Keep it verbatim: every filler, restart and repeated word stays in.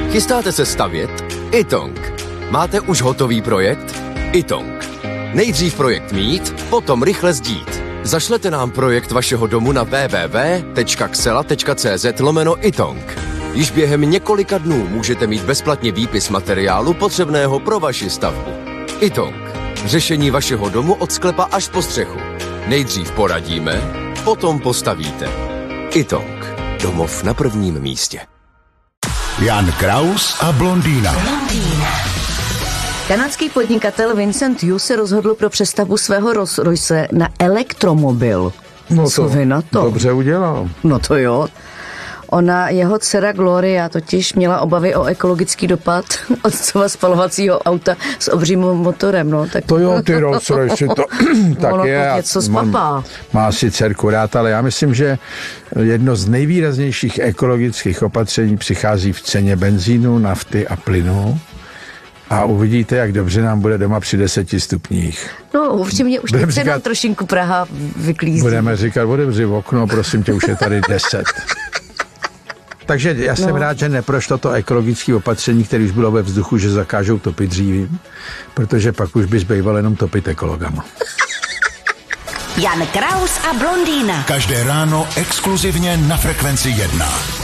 Chystáte se stavět? Itong. Máte už hotový projekt? Itong. Nejdřív projekt mít, potom rychle sdít. Zašlete nám projekt vašeho domu na w w w tečka xela tečka c z lomeno Itong. Již během několika dnů můžete mít bezplatně výpis materiálu potřebného pro vaši stavbu. Itong. Řešení vašeho domu od sklepa až po střechu. Nejdřív poradíme, potom postavíte. Itong. Domov na prvním místě. Jan Kraus a blondýna. blondýna. Kanadský podnikatel Vincent Yu se rozhodl pro přestavbu svého Rolls Royce na elektromobil. No Co to vy na to? Dobře udělal. No to jo. Ona, jeho dcera Gloria, totiž měla obavy o ekologický dopad otcova spalovacího auta s obřím motorem, no. Tak... To jo, ty Rolls Royce, to tak ono je. To něco spapá. Má si dcerku rád, ale já myslím, že jedno z nejvýraznějších ekologických opatření přichází v ceně benzínu, nafty a plynu. A uvidíte, jak dobře nám bude doma při deseti stupních. No, upřímně, už teď se nám trošinku Praha vyklízí. Budeme říkat, otevři okno, prosím tě, už je tady deset. Takže já jsem no. rád, že neprošlo to ekologické opatření, které už bylo ve vzduchu, že zakážou topit dřívím, protože pak už by zbývalo jenom topit ekologama. Jan Kraus a blondýna. Každé ráno exkluzivně na Frekvenci jedna.